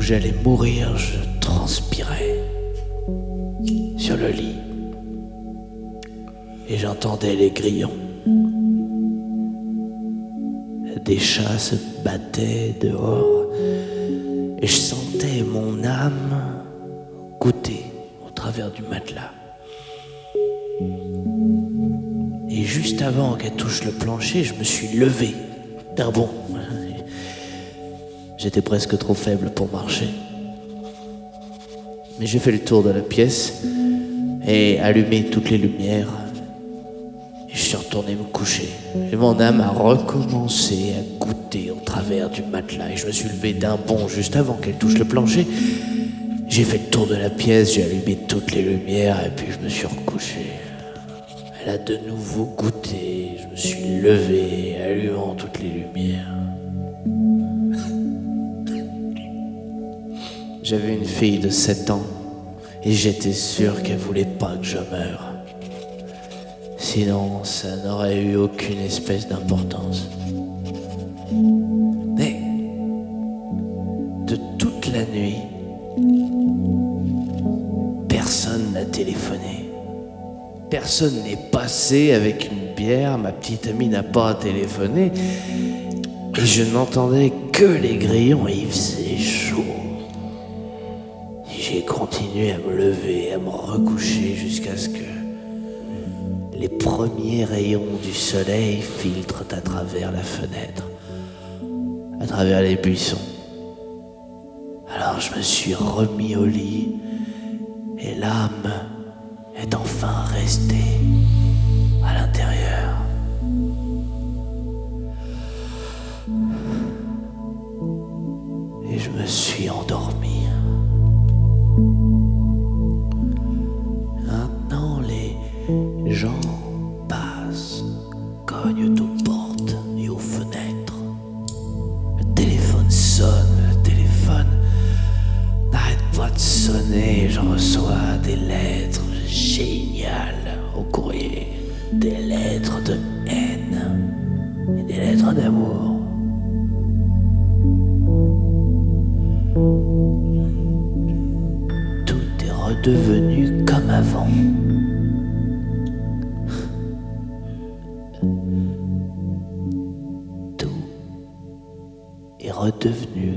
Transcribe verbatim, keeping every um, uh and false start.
j'allais mourir, je transpirais sur le lit. Et j'entendais les grillons. Des chats se battaient dehors. Et je sentais mon âme goûter au travers du matelas. Et juste avant qu'elle touche le plancher, je me suis levé d'un bond. J'étais presque trop faible pour marcher. Mais j'ai fait le tour de la pièce et allumé toutes les lumières. Et je suis retourné me coucher. Et mon âme a recommencé à goûter au travers du matelas. Et je me suis levé d'un bond juste avant qu'elle touche le plancher. J'ai fait le tour de la pièce, j'ai allumé toutes les lumières et puis je me suis recouché. Elle a de nouveau goûté. Je me suis levé, allumant toutes les lumières. J'avais une fille de sept ans et j'étais sûr qu'elle voulait pas que je meure. Sinon, ça n'aurait eu aucune espèce d'importance. Mais, de toute la nuit, personne n'a téléphoné. Personne n'est passé avec une bière, ma petite amie n'a pas téléphoné. Et je n'entendais que les grillons et il faisait chaud. J'ai continué à me lever, à me recoucher jusqu'à ce que les premiers rayons du soleil filtrent à travers la fenêtre, à travers les buissons. Alors je me suis remis au lit et l'âme est enfin restée à l'intérieur. Et je me suis endormi. Maintenant les gens passent, cognent aux portes et aux fenêtres. Le téléphone sonne, le téléphone n'arrête pas de sonner. Je reçois des lettres géniales au courrier, des lettres de haine et des lettres d'amour. Tout est redevenu comme avant. Tout est redevenu